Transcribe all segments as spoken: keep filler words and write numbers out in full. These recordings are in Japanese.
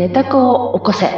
寝た子を起こせ。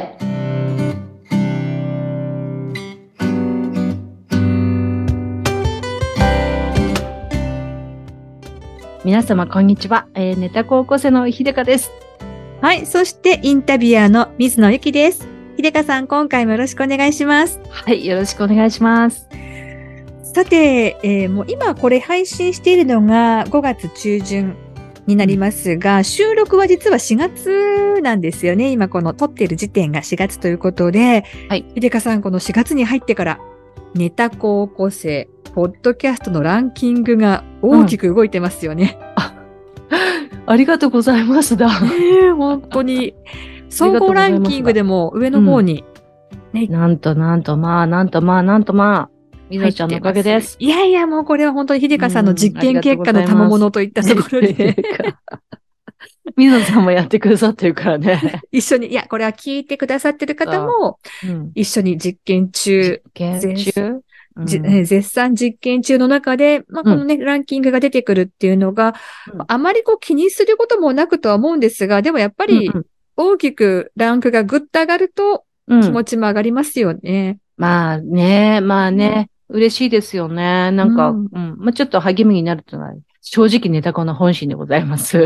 皆様こんにちは、えー、寝た子を起こせの秀香です。 はい、そしてインタビュアーの水野由紀です。秀香さん、今回もよろしくお願いします。 はい、よろしくお願いします。 さて、えー、もう今これ配信しているのがごがつ中旬になりますが、うん、収録は実はしがつなんですよね。今この撮っている時点がしがつということで、はい、秀香さん、このしがつに入ってから寝た子を起こせポッドキャストのランキングが大きく動いてますよね。 うん、あ, ありがとうございますだ。 ね、本当に総合ランキングでも上の方に、 うんね、なんとなんとまあなんとまあなんとまあみぞちゃんのおかげです。 いやいや、もうこれは本当に秀香さんの実験結果の賜物といったところで。 みぞさんもやってくださってるからね。 一緒に、いや、これは聞いてくださってる方も、うん、一緒に実験中。 実験中、 うん、絶賛実験中の中で、まあ、このね、うん、ランキングが出てくるっていうのが、うん、あまりこう気にすることもなくとは思うんですが、でもやっぱり大きくランクがぐっと上がると気持ちも上がりますよね。 うん、まあね、まあね、嬉しいですよね。なんか、うん、うん、まあちょっと励みになるというのは、正直寝た子の本心でございます。 うん、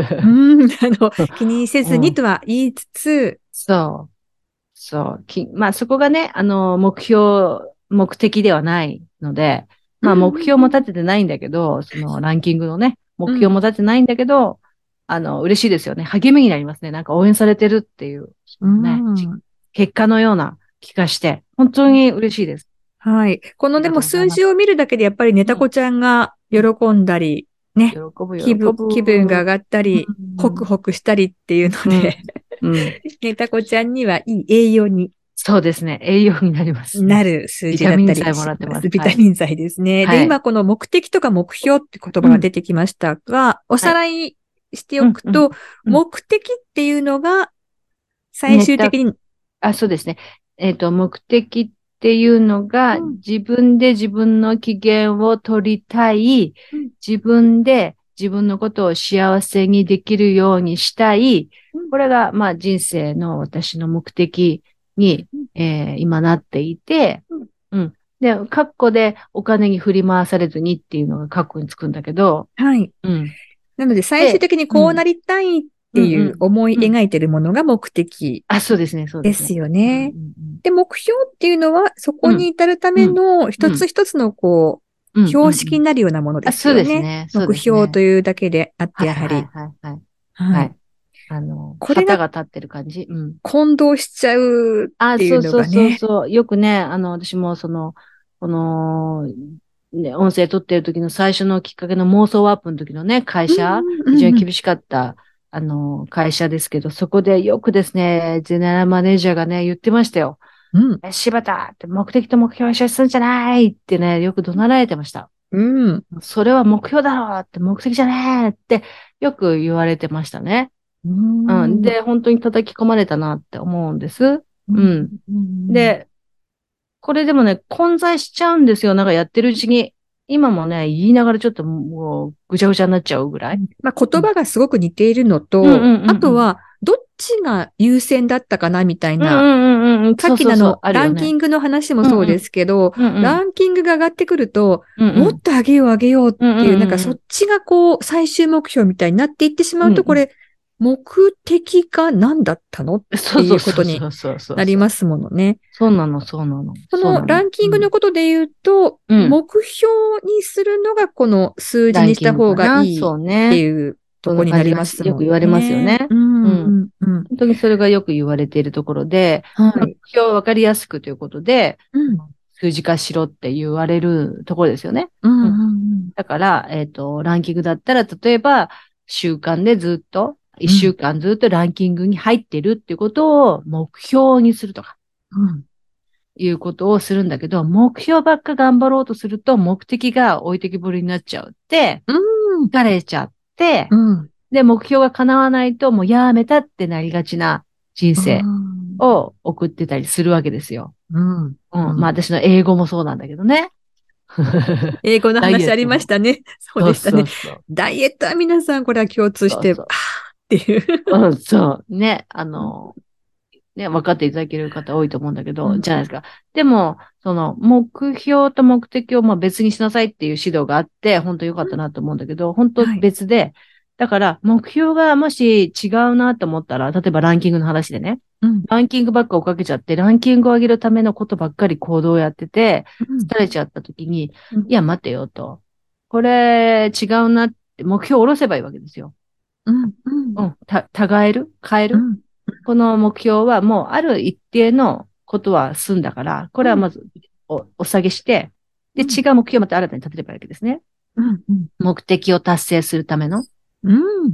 あの、気にせずにとは言いつつ、うん、 そう。そう。きまあそこがね、あの、目標、目的ではないので、まあ目標も立ててないんだけど、うん、そのランキングのね、目標も立ててないんだけど、うん、あの、嬉しいですよね。励みになりますね。なんか応援されてるっていう、ね、うん、結果のような気がして、本当に嬉しいです。 はい。このでも数字を見るだけでやっぱり寝た子ちゃんが喜んだり、ね、 喜ぶ喜ぶ気分、気分が上がったり、うん、ホクホクしたりっていうので、うんうん、寝た子ちゃんにはいい栄養に。 そうですね。栄養になります、 ね。なる数字だったりします。 ビタミン剤もらってます。 ビタミン剤ですね。はい、で、今この目的とか目標って言葉が出てきましたが、うん、おさらいしておくと、はいうんうんうん、目的っていうのが最終的に。 あ、そうですね。えっと、目的っていうのが、うん、自分で自分の機嫌を取りたい、うん、自分で自分のことを幸せにできるようにしたい。うん、これが、まあ、人生の私の目的に、うんえー、今なっていて、うんうん、で、カッコでお金に振り回されずにっていうのがカッコにつくんだけど。 はい。うん、なので、最終的にこうなりたいっていう思い描いているものが目的。 あ、そうですね、そうですね。 ですよね。うんうんうん、で、目標っていうのは、そこに至るための一つ一つのこう、うん、標識になるようなものですよね。 そうですね。 目標というだけであって、やはり。はい、 はい、はい。はい。あの、 これが旗が立ってる感じ。うん。 混同しちゃうっていうのがね。 あ、そうそうそうそう。よくね、あの、私もその、この、ね、音声撮ってる時の最初のきっかけの妄想ワープの時のね、会社、非常に厳しかった、あの、会社ですけど、そこでよくですね、ゼネラルマネージャーがね、言ってましたよ。うん。柴田って目的と目標を一緒にするんじゃないってね、よく怒鳴られてました。うん。それは目標だろうって目的じゃねえってよく言われてましたね。うん、うん。で、本当に叩き込まれたなって思うんです。うん。うん、で、これでもね、混在しちゃうんですよ。なんかやってるうちに。今もね、言いながらちょっともうぐちゃぐちゃになっちゃうぐらい。 まあ、言葉がすごく似ているのと、あとは、どっちが優先だったかなみたいな。さっきのあの、ランキングの話もそうですけど、ランキングが上がってくると、うんうん、もっと上げよう上げようっていう、うんうん、なんかそっちがこう、最終目標みたいになっていってしまうと、これ、目的が何だったのっていうことになりますものね。 そうなの、そうなの。 このランキングのことで言うと、うん、目標にするのがこの数字にした方がいいっていうところになりますもんね。 よく言われますよね。うんうんうん、本当にそれがよく言われているところで、はい、目標をわかりやすくということで、うん、数字化しろって言われるところですよね。うんうんうん、だから、えっと、ランキングだったら、例えば、習慣でずっと、一週間ずっとランキングに入ってるっていうことを目標にするとか、うん、いうことをするんだけど、目標ばっか頑張ろうとすると目的が置いてきぼりになっちゃうって、うん、疲れちゃって、うん、で、目標が叶わないともうやめたってなりがちな人生を送ってたりするわけですよ。うんうん、まあ私の英語もそうなんだけどね。 英語の話ありましたね。そうでしたね。そうそうそう、ダイエットは皆さんこれは共通して、そうそうっていう。 うん、そう。ね。あの、 ね、分かっていただける方多いと思うんだけど、うん、じゃないですか。でも、その、目標と目的をまあ別にしなさいっていう指導があって、本当良かったなと思うんだけど、本当別で、はい、だから、目標がもし違うなと思ったら、例えばランキングの話でね、うん、ランキングばっか追っかけちゃって、ランキングを上げるためのことばっかり行動をやってて、疲れちゃった時に、うん、いや、待てよと。これ、違うなって、目標を下ろせばいいわけですよ。うん、うん。うん、た、違える変える、うん、この目標はもうある一定のことは済んだから、これはまずお、お下げして、で、違う目標をまた新たに立てればいいわけですね。うんうん、目的を達成するための。うん、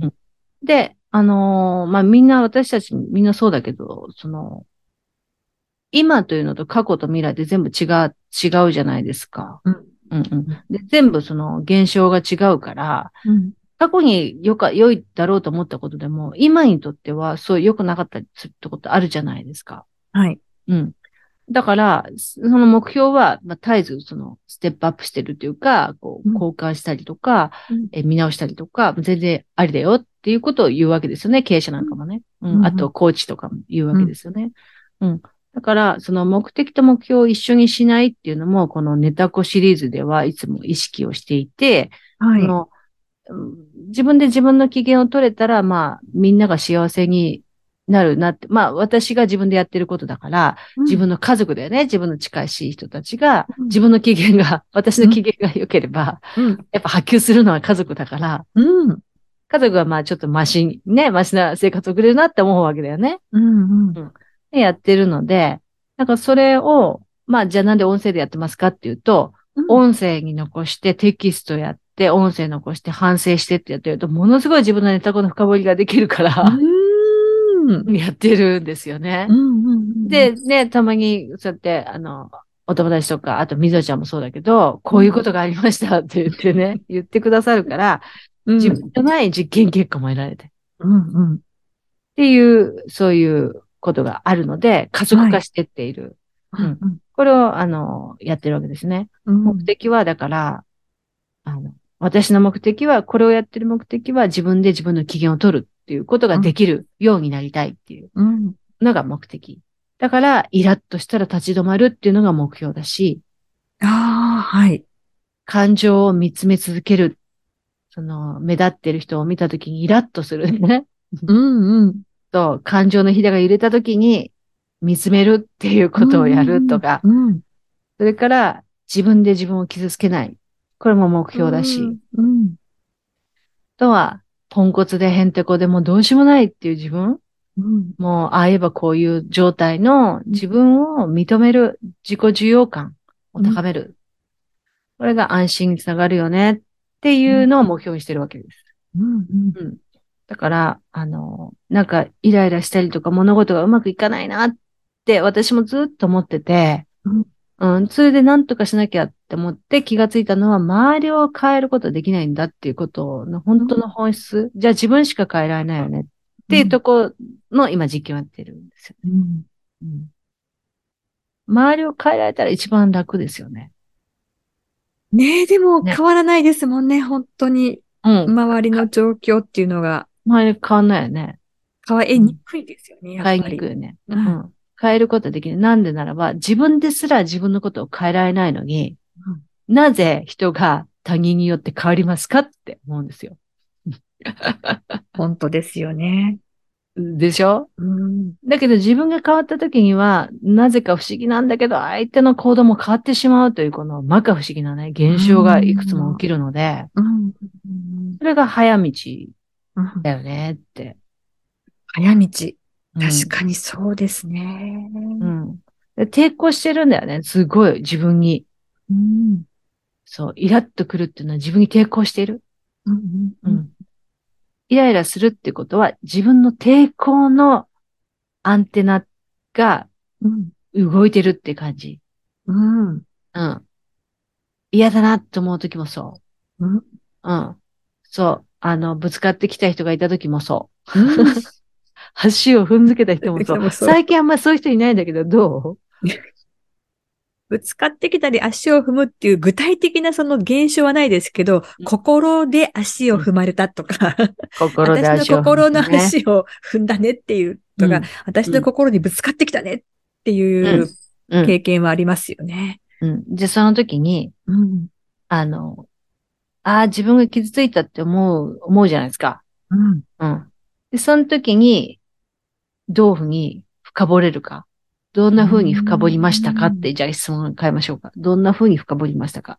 で、あのー、まあ、みんな、私たちみんなそうだけど、その、今というのと過去と未来って全部違う、違うじゃないですか。うんうんうん、で全部その現象が違うから、うん、過去によか、良いだろうと思ったことでも、今にとってはそう良くなかったりするってことあるじゃないですか。はい。うん。だから、その目標は、まあ、絶えず、その、ステップアップしてるっていうか、こう、交換したりとか、うん、え見直したりとか、全然ありだよっていうことを言うわけですよね。経営者なんかもね。うん。うん、あと、コーチとかも言うわけですよね。うん。うん、だから、その目的と目標を一緒にしないっていうのも、このネタコシリーズではいつも意識をしていて、はい。その自分で自分の機嫌を取れたら、まあ、みんなが幸せになるなって。まあ、私が自分でやってることだから、うん、自分の家族だよね。自分の近しい人たちが、うん、自分の機嫌が、私の機嫌が良ければ、うん、やっぱ波及するのは家族だから、うん、家族はまあちょっとマシに、ね、マシな生活を送れるなって思うわけだよね。うんうんうん、でやってるので、なんかそれを、まあ、じゃあなんで音声でやってますかっていうと、音声に残してテキストやって、音声残して反省してってやってると、ものすごい自分のネタの深掘りができるから、やってるんですよね。うんうんうん、で、ね、たまに、そうやって、あの、お友達とか、あと、みぞちゃんもそうだけど、こういうことがありましたって言ってね、言ってくださるから、うん、自分じゃない実験結果も得られて。うんうん、っていう、そういうことがあるので、加速化してっている。はい、うんうん、これを、あの、やってるわけですね。うん、目的は、だから、あの、私の目的は、これをやってる目的は自分で自分の機嫌を取るっていうことができるようになりたいっていうのが目的。だから、イラッとしたら立ち止まるっていうのが目標だし、ああ、はい。感情を見つめ続ける。その、目立ってる人を見たときにイラッとするね。うんうん。と、感情のひだが揺れたときに見つめるっていうことをやるとか、うんうん、それから自分で自分を傷つけない。これも目標だし、うんうん、とは、ポンコツでヘンテコでもどうしようもないっていう自分、うん、もう、ああ言えばこういう状態の自分を認める自己重要感を高める。うん、これが安心につながるよねっていうのを目標にしてるわけです。うんうんうん、だから、あの、なんかイライラしたりとか物事がうまくいかないなって私もずっと思ってて、うんうん、それで何とかしなきゃって思って気がついたのは、周りを変えることはできないんだっていうことの本当の本質。うん、じゃあ自分しか変えられないよねっていうところの今実験をやってるんですよね。うんうん、周りを変えられたら一番楽ですよね。 ねえ、でも変わらないですもんね、ね本当に。うん、周りの状況っていうのが。 周り変わんないよね。 変えにくいですよね、うん、やっぱり。 変えにくいよね。うん、うん変えることはできない。なんでならば、自分ですら自分のことを変えられないのに、うん、なぜ人が他人によって変わりますかって思うんですよ。 本当ですよね。 でしょ、うん、だけど自分が変わった時には、なぜか不思議なんだけど、相手の行動も変わってしまうという、この摩訶不思議なね、現象がいくつも起きるので、うんうん、それが早道だよねって。 早道。確かにそうですね。 うん。抵抗してるんだよね。すごい、自分に。うん、そう、イラッとくるっていうのは自分に抵抗している。うんうんうん、イライラするってことは、自分の抵抗のアンテナが動いてるって感じ。うん。うん。嫌だなって思う時もそう。うん。うん。そう。あの、ぶつかってきた人がいた時もそう。うん足を踏んづけた人もそう。最近あんまそういう人いないんだけど、どうぶつかってきたり足を踏むっていう具体的なその現象はないですけど、うん、心で足を踏まれたとか、うん、心で足を踏んだ、ね、私の心の足を踏んだねっていうトが私の心にぶつかってきたねっていう経験はありますよね。 うん。うん、で、その時に、うん、あの、ああ、自分が傷ついたって思う、思うじゃないですか。うん。うん。で、その時に、どういうふうに深掘れるか。どんなふうに深掘りましたかって、じゃあ質問変えましょうか。どんなふうに深掘りましたか。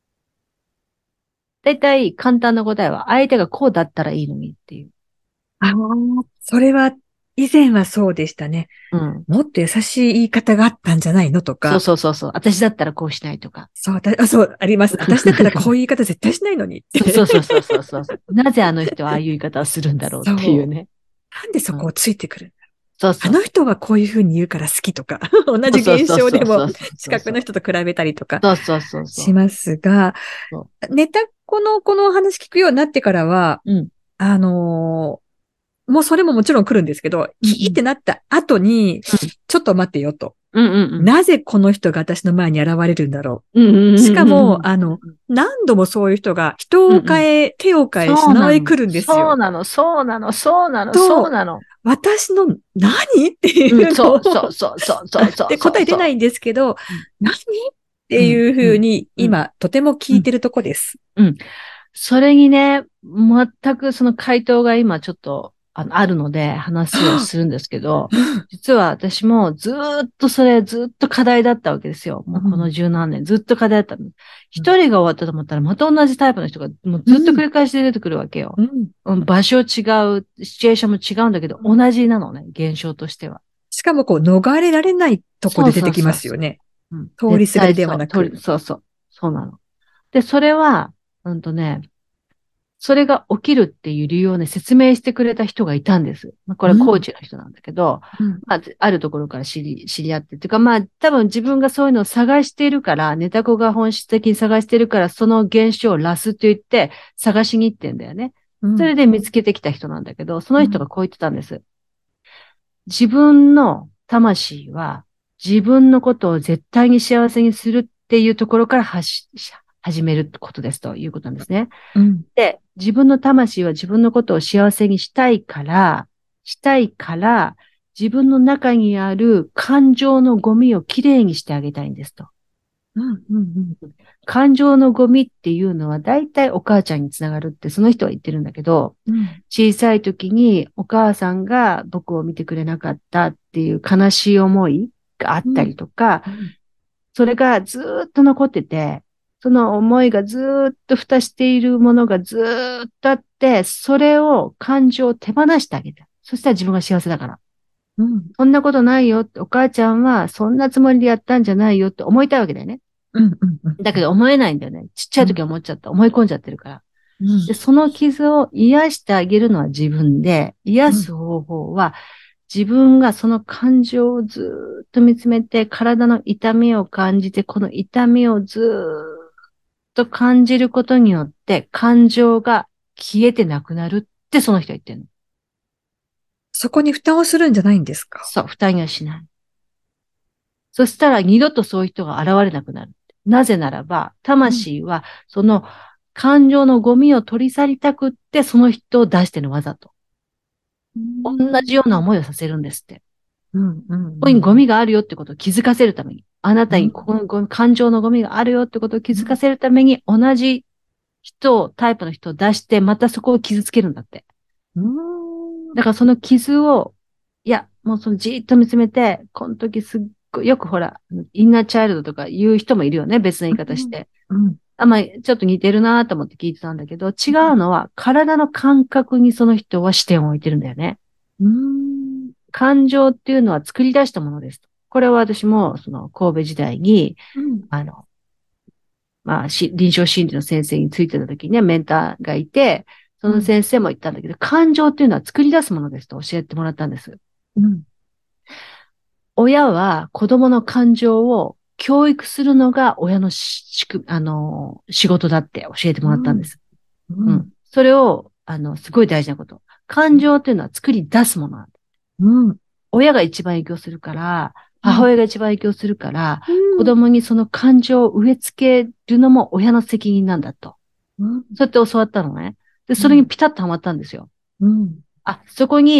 だいたい簡単な答えは、相手がこうだったらいいのにっていう。 ああ、それは、以前はそうでしたね。うん。もっと優しい言い方があったんじゃないのとか。 そうそうそうそう。私だったらこうしないとか。 そう、あ、そう、あります。私だったらこういう言い方絶対しないのに。 そうそうそうそうそうそう。なぜあの人はああいう言い方をするんだろうっていうね。 なんでそこをついてくるんだろう。 そうそう。 あの人はこういうふうに言うから好きとか、同じ現象でも近くの人と比べたりとかしますが、ネタこの、この話聞くようになってからは、うん、あのー、もうそれももちろん来るんですけど、キーってなった後に、うん、ちょっと待ってよと。うんうんうん、なぜこの人が私の前に現れるんだろう。うんうんうん、しかも、あの、何度もそういう人が人を変え、うんうん、手を変え、品を来るんですよ。 そうなの、そうなの、そうなの、そうなの。 私の何っていうのを、うん、 そうそうそうそうそうそう。 で、答え出ないんですけど、うん、何っていうふうに、今、とても聞いてるとこです。 うん。うん、それにね、全くその回答が今ちょっと、あの、あるので話をするんですけど、実は私もずっとそれずっと課題だったわけですよ。もうこの十何年、ずっと課題だったの。一、うん、人が終わったと思ったらまた同じタイプの人がもうずっと繰り返し出てくるわけよ。うん、場所違う、シチュエーションも違うんだけど、同じなのね、現象としては。 しかもこう、逃れられないとこで出てきますよね。通りすがりではなく。 そうそう。そうなの。で、それは、うんとね、それが起きるっていう理由をね、説明してくれた人がいたんです。まあ、これはコーチの人なんだけど、うん、まあ、あるところから知り、知り合って、っていうかまあ、多分自分がそういうのを探しているから、ネタ子が本質的に探しているから、その現象をラスと言って探しに行ってんだよね。うん、それで見つけてきた人なんだけど、その人がこう言ってたんです。うん、自分の魂は自分のことを絶対に幸せにするっていうところから発し、始めることですということなんですね。うん、で、自分の魂は自分のことを幸せにしたいから、したいから、自分の中にある感情のゴミをきれいにしてあげたいんですと。うんうんうん、感情のゴミっていうのは大体お母ちゃんにつながるってその人は言ってるんだけど、うん、小さい時にお母さんが僕を見てくれなかったっていう悲しい思いがあったりとか、うんうん、それがずっと残ってて、その思いがずっと蓋しているものがずっとあって、それを感情を手放してあげた。そしたら自分が幸せだから。うん。そんなことないよって、お母ちゃんはそんなつもりでやったんじゃないよって思いたいわけだよね。うんうんうん。だけど思えないんだよね。ちっちゃい時は思っちゃった。うん、思い込んじゃってるから。うん、で、その傷を癒してあげるのは自分で、癒す方法は、自分がその感情をずっと見つめて、体の痛みを感じて、この痛みをずっと感じることによって、感情が消えてなくなるってその人は言ってるの。 そこに負担をするんじゃないんですか？ そう、負担にはしない。そしたら二度とそういう人が現れなくなる。なぜならば、魂はその感情のゴミを取り去りたくって、その人を出してるわざと。同じような思いをさせるんですって。うんうんうん、ここにゴミがあるよってことを気づかせるために、あなたにここのゴミ、感情のゴミがあるよってことを気づかせるために、同じ人を、タイプの人を出して、またそこを傷つけるんだって。うんだからその傷を、いや、もうそのじーっと見つめて、この時すっごい、よくほら、インナーチャイルドとか言う人もいるよね、別の言い方して。うんうん、あ、まあ、ちょっと似てるなと思って聞いてたんだけど、違うのは、体の感覚にその人は視点を置いてるんだよね。うん感情っていうのは作り出したものです。これは私も、その、神戸時代に、うん、あの、まあ、し、臨床心理の先生についてた時にね、メンターがいて、その先生も言ったんだけど、うん、感情っていうのは作り出すものですと教えてもらったんです。うん、親は子供の感情を教育するのが親のしあの仕事だって教えてもらったんです。うんうん、それを、あの、すごい大事なこと。感情っていうのは作り出すものなんだ。うん、親が一番影響するから、母親が一番影響するから、うん、子供にその感情を植え付けるのも親の責任なんだと。うん、そうやって教わったのね。で、それにピタッとハマったんですよ。うん、あ、そこに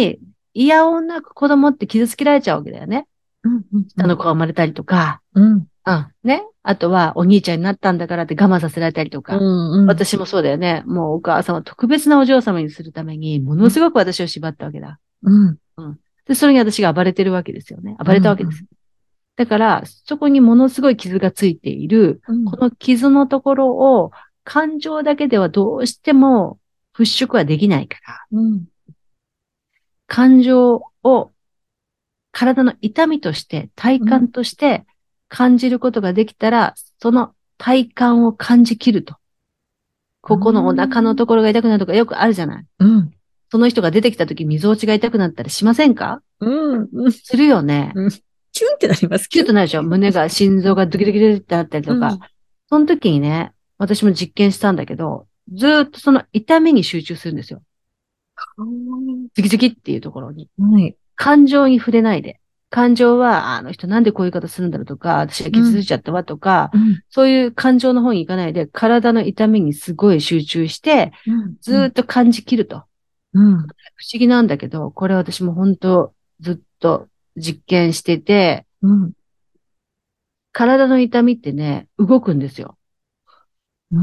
いやおうなく子供って傷つけられちゃうわけだよね。 うんうんうん、 下の子が生まれたりとか、 うん。 うん。ね。あとは、お兄ちゃんになったんだからって我慢させられたりとか。 うんうん、 私もそうだよね。もうお母さんを特別なお嬢様にするために、ものすごく私を縛ったわけだ。 うん。 うん。で、それに私が暴れてるわけですよね。暴れたわけです。 うん、 だから、そこにものすごい傷がついている、 うん、 この傷のところを、感情だけではどうしても払拭はできないから、 うん、 感情を体の痛みとして、体感として感じることができたら、その体感を感じきると。ここのお腹のところが痛くなるとかよくあるじゃない。 うん。 その人が出てきたとき、溝落ちが痛くなったりしませんか？ うん、うん。 するよね。 うん、キュンってなります、 キュッとなるでしょ？胸が、心臓がドキドキドキってなったりとか。 うん、 その時にね、私も実験したんだけど、ずーっとその痛みに集中するんですよ。ズキズキっていうところに。 はい。 感情に触れないで。感情は、あの人なんでこういう言い方するんだろうとか、私は傷ついちゃったわとか、 うん、 そういう感情の方に行かないで、体の痛みにすごい集中して、 うん、 ずーっと感じきると。 うん、 不思議なんだけど、これ私も本当ずっと実験してて、 うん、 体の痛みってね、動くんですよ。 うん、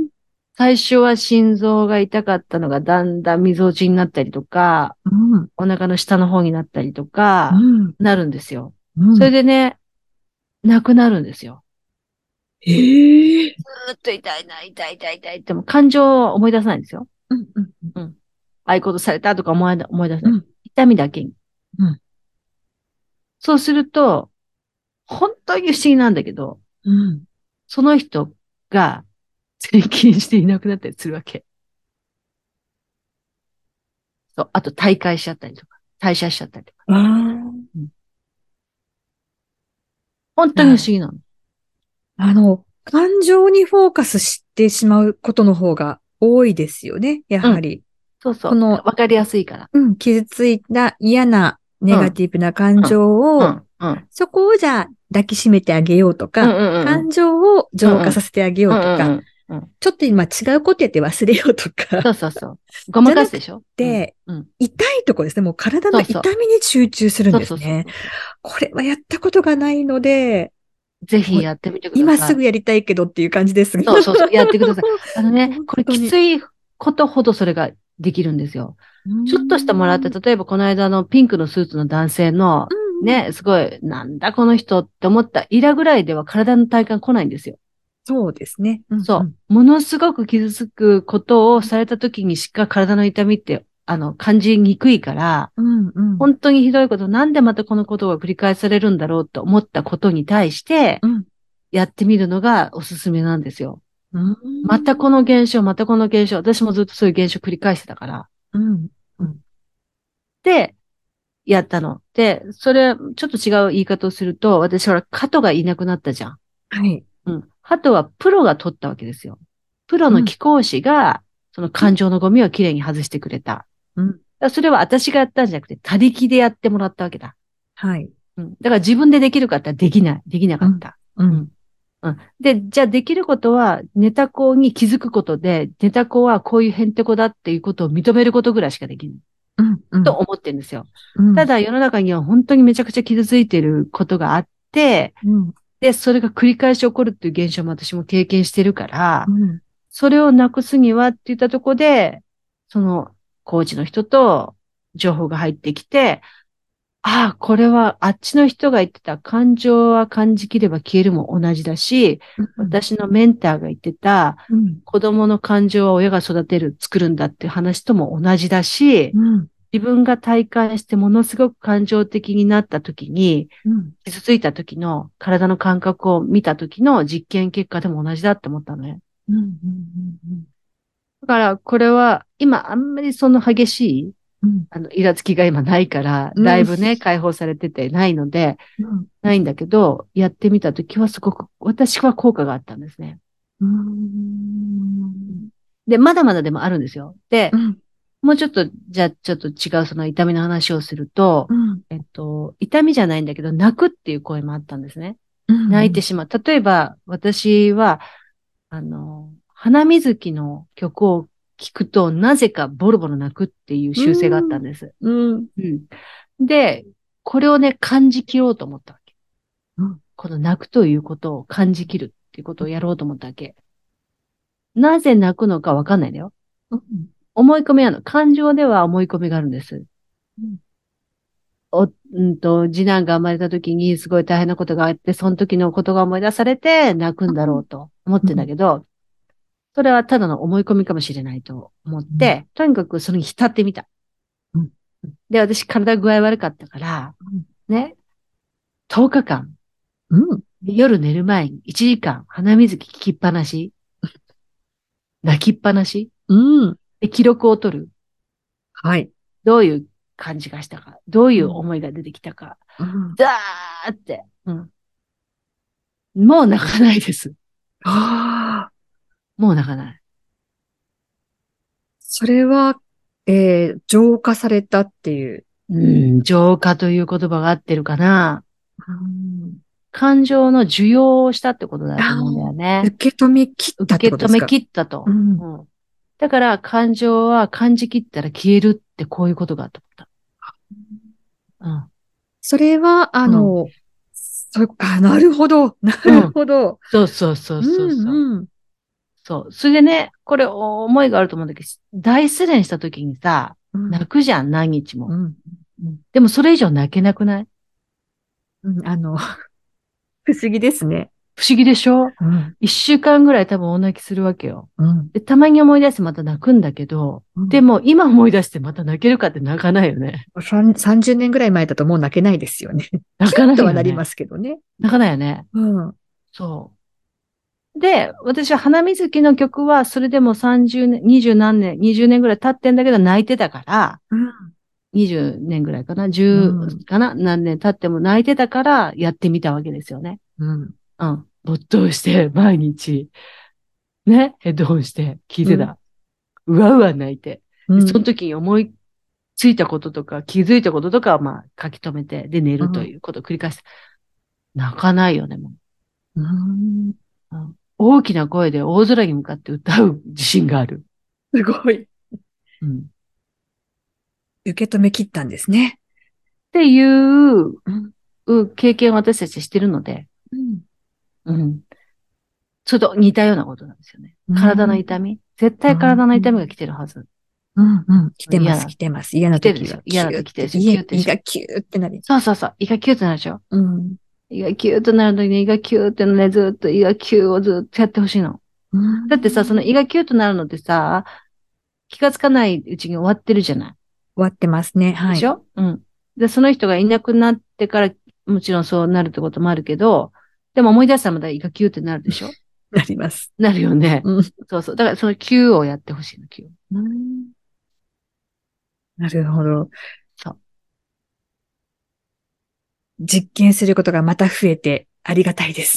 最初は心臓が痛かったのがだんだん溝落ちになったりとか、 うん、 お腹の下の方になったりとか、 うん、 なるんですよ。それうん。 でね、なくなるんですよ。 ええ、 ずーっと痛いな、痛い痛い痛いっても感情を思い出さないんですよ。 うん、うん、 うん。ああいうことされたとか思い思い出さない。 うん、 痛みだけに。 うん、 そうすると、本当に不思議なんだけど、 うん。 その人が転勤していなくなったりするわけ。そう。あと退会しちゃったりとか、退社しちゃったりとか。 あうん、本当に不思あ。 議なの。 あの、感情にフォーカスしてしまうことの方が多いですよね、やうん。 はり。 そうそう。 この、 わかりやすいから。 うん、傷ついた嫌なネうん。 ガティブな感うん。 情を、 うん。うん。 そこをじゃあ抱きしめてあげようとうん。 か、 うん。 感情をうん。うん。 浄化させてあげようん。 うとか、 うん。うん。 ちょっと今違うことやって忘れようとか、 そうそうそう。ごまじゃなくかすでしょ？うん。 て、 うん。 痛いとこですね。もう体のそうそう。 痛みに集中するんそうそうそうですね。 そうそう。 これはやったことがないので、 ぜもうひやってみてください。 今すぐやりたいけどっていう感じですが。 そうそうそう。やってください。あのね、 本これ当に。 きついことほどそれができるんですよ。 うーちょっとしたもらって、 ん。 例えばこの間のピンクのスーツの男性の、 うんうん。 ね、すごい、なんだこの人って思ったイラぐらいでは体の体感来ないんですよ。 そうですね。うんうそん。 う。ものすごく傷つくことをされた時にしか体の痛みって、あの、感じにくいから、 うんうん。 本当にひどいこと、なんでまたこのことが繰り返されるんだろうと思ったことに対して、 うん。 やってみるのがおすすめなんですよ。 うん。 またこの現象、またこの現象。私もずっとそういう現象繰り返してたから。 うん。 うん。で、やったの。で、それ、ちょっと違う言い方をすると、私ほら、カトがいなくなったじゃん。 はい。 うん。ハトはプロが取ったわけですよ。プロうん。 の貴公子が、その感情のゴミをきれいに外してくれた。だかうん。 らそれは私がやったんじゃなくて、他力でやってもらったわけだ。 はい。 うん。だから自分でできるかって言ったらできない。できなかうん。 った。 うん。 うん。うん。で、じゃあできることは、ネタ子に気づくことで、ネタ子はこういうヘンテコだっていうことを認めることぐらいしかできない。 うん。うん。 と思ってるんですよ。 うん。 ただ世の中には本当にめちゃくちゃ傷ついていることがあって、 うん。 で、それが繰り返し起こるっていう現象も私も経験してるから、 うん。 それをなくすにはって言ったところで、そのコーチの人と情報が入ってきて、ああ、これはあっちの人が言ってた感情は感じきれば消えるも同じだし、私のメンターが言ってたうん。 子供の感情は親が育てる、作るんだっていう話とも同じだし、 うん。 自分が体感してものすごく感情的になった時に、 うん。 傷ついた時の体の感覚を見た時の実験結果でも同じだって思ったのね。 うん。うん。 だからこれは今あんまりその激しい、 うん。 あの、イラつきが今ないから、 うん。 だいぶね、解放されててないので、 うん。 ないんだけど、やってみた時はすごく、私は効果があったんですね。 うん。 で、まだまだでもあるんですよ。で、 うん。 もうちょっと、じゃあちょっと違うその痛みの話をすると、 うん。 えっと、痛みじゃないんだけど、泣くっていう声もあったんですね。 うん。 泣いてしまう。例えば、私は、あの、花水木の曲を聞くと、なぜかボロボロ泣くっていう習性があったんです。 うん。 うん。で、これをね、感じ切ろうと思ったわけ。 うん、 この泣くということを感じ切るっていうことをやろうと思ったわけ。なぜ泣くのかわかんないんだよ。うん、思い込みあるの。感情では思い込みがあるんです。うん、お、うんと、次男が生まれた時にすごい大変なことがあって、その時のことが思い出されて泣くんだろうと思ってんだけど、うん、それはただの思い込みかもしれないと思って、うん、とにかくそれに浸ってみた。うん、で、私体具合悪かったから、うん、ね、とおかかん、うん、夜寝る前にいちじかん鼻水聞きっぱなし、泣きっぱなし、うん、で記録を取る。 はい。 どういう感じがしたか、どういう思いが出てきたか、うん、ザーって、うん、もう泣かないです。 ああ。 もう泣かない。 それは、えー、浄化されたっていう。 うん、浄化という言葉が合ってるかな。うん、感情の受容をしたってことだと思うんだよね。 受け止め切ったってことですか？ 受け止め切ったと。うんうん、だから、感情は感じ切ったら消えるってこういうことがと思った。 うん、それは、あの、うん、そあ、なるほど。なるほど。うん、 そうそうそうそうそう、うんうん。そう。それでね、これ思いがあると思うんだけど、大失恋した時にさ、うん、泣くじゃん、何日も。うんうん、でもそれ以上泣けなくない？ うん、あの、不思議ですね。 不思議でしょ？うん、一週間ぐらい多分大泣きするわけよ。うん、でたまに思い出してまた泣くんだけど、うん、でも今思い出してまた泣けるかって泣かないよね。 さんじゅうねんぐらい前だともう泣けないですよね。泣かないよね。キュッとはなりますけどね。 泣かないよね。うん。そう。で、私は花水木の曲はそれでもさんじゅうねん、にじゅう何年、にじゅうねんぐらい経ってんだけど泣いてたから、うん、にじゅうねんぐらいかな、じゅうかな、うん、何年経っても泣いてたからやってみたわけですよね。うん。うん。没頭して毎日、ね、ヘッドホンして聞いてた。うん、うわうわ泣いて。うん、その時に思いついたこととか気づいたこととかはまあ書き留めて、で寝るということを繰り返して。泣かないよね、もう。うんうん、大きな声で大空に向かって歌う自信がある。 すごい。うん、受け止め切ったんですね。 っていう、うん、経験を私たちしてるので、うんうん、ちょっと似たようなことなんですよね。体の痛み。絶対体の痛みが来てるはず。 うんうん。来てます、来てます。嫌な時は。 嫌な時来てるでしょ。胃がキューってなり。 そうそうそう。胃がキューってなるでしょ。うん。胃がキューってなる時に胃がキューってね、ずっと胃がキューをずっとやってほしいの。だってさ、その胃がキューとなるのってさ、気がつかないうちに終わってるじゃない。 終わってますね。はい。 でしょ？うん。で、その人がいなくなってから、もちろんそうなるってこともあるけど、でも思い出したらまた胃がキューってなるでしょ？ なります。 なるよね。うん。そうそう。だからそのキューをやってほしいの、キュー。うん。 なるほど。そう。実験することがまた増えてありがたいです。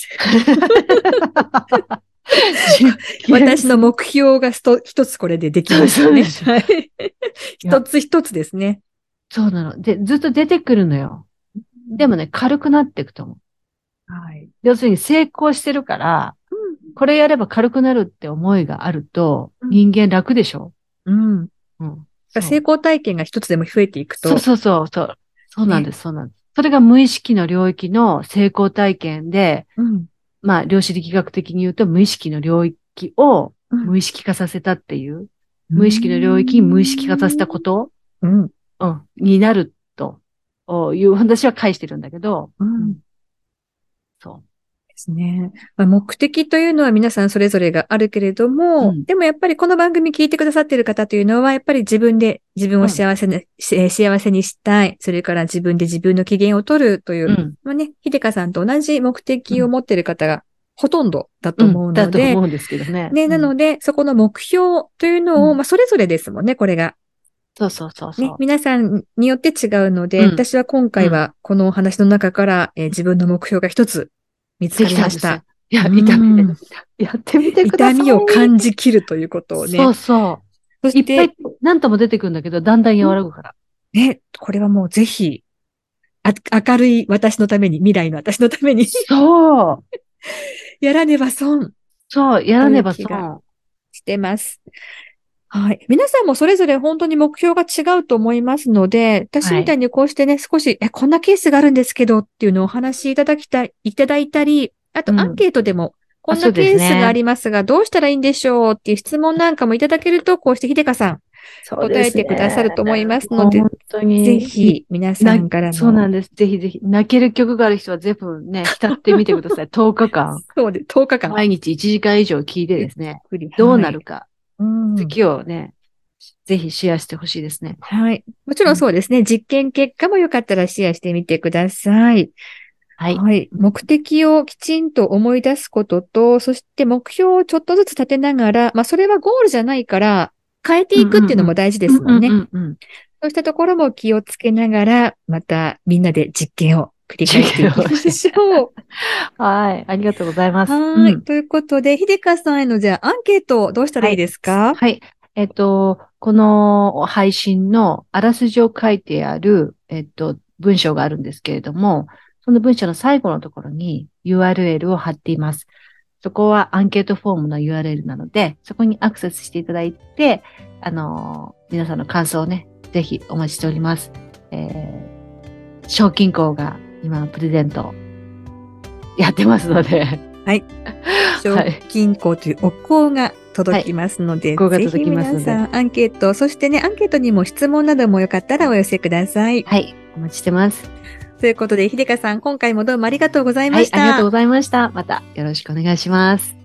私の目標が一つこれでできましたね。はい。一つ一つですね。 そうなの。で、ずっと出てくるのよ。でもね、軽くなっていくと思う。はい。要するに成功してるから、うん、これやれば軽くなるって思いがあると、人間楽でしょ？うん。 うん。成功体験が一つでも増えていくと。 そうそうそうそう。そうなんです、ね、そうなんです。それが無意識の領域の成功体験で、うん、まあ、量子力学的に言うと無意識の領域を無意識化させたっていう、うん、無意識の領域に無意識化させたこと、うん、うん、になるという話は返してるんだけど、うん、 そう。ですね。まあ、目的というのは皆さんそれぞれがあるけれども、うん、でもやっぱりこの番組聞いてくださっている方というのは、やっぱり自分で自分を幸せに、うん、幸せにしたい。それから自分で自分の機嫌を取るという、うん、まあね、ひでかさんと同じ目的を持っている方がほとんどだと思うので、うん、 だと思うんですけどね。 ね、なので、そこの目標というのを、まあ、それぞれですもんね、これが。 そうそうそうそう。 ね、皆さんによって違うので、私は今回はこのお話の中から、えー、自分の目標が一つ見つかりました。 いや、痛みで、やってみてください。 痛みを感じきるということをね。 そうそう。そして、いっぱい何とも出てくるんだけど、だんだん和らぐから。 ね、これはもうぜひ、あ、明るい私のために、未来の私のために。 そう。 やらねば損。 そう、やらねば損。 してます。 はい。皆さんもそれぞれ本当に目標が違うと思いますので、私みたいにこうしてね、はい、少し、え、こんなケースがあるんですけどっていうのをお話しいただきたい、いただいたり、あとアンケートでも、うん、こんなケースがありますが、どうしたらいいんでしょうっていう質問なんかもいただけると、こうして秀香さん、答えてくださると思いますので、 本当にぜひ皆さんからの。 そうなんです。ぜひぜひ。泣ける曲がある人は全部ね、浸ってみてください。とおかかん。 そうです。とおかかん。 毎日いちじかん以上聞いてですね、どうなるか。はい、うん、次をね、ぜひシェアしてほしいですね。 はい。もちろんそうですね。うん、実験結果もよかったらシェアしてみてください。はい。はい。目的をきちんと思い出すことと、そして目標をちょっとずつ立てながら、まあそれはゴールじゃないから変えていくっていうのも大事ですもんね。そうしたところも気をつけながら、またみんなで実験を繰り返していきましょう。 はい。ありがとうございます。 はい、うん。ということで、秀香さんへのじゃあアンケートどうしたらいいですか？ はい。はい、えっと、この配信のあらすじを書いてある、えっと、文章があるんですけれども、その文章の最後のところに ユーアールエル を貼っています。そこはアンケートフォームの ユーアールエル なので、そこにアクセスしていただいて、あの、皆さんの感想をね、ぜひお待ちしております。えー、賞金庫が今プレゼントやってますので。 はい。賞金庫というお香が届きますので、はい、ぜひ皆さんアンケート、そしてね、アンケートにも質問などもよかったらお寄せください。 はい。お待ちしてます。 ということで、秀香さん、今回もどうもありがとうございました。 はい、ありがとうございました。またよろしくお願いします。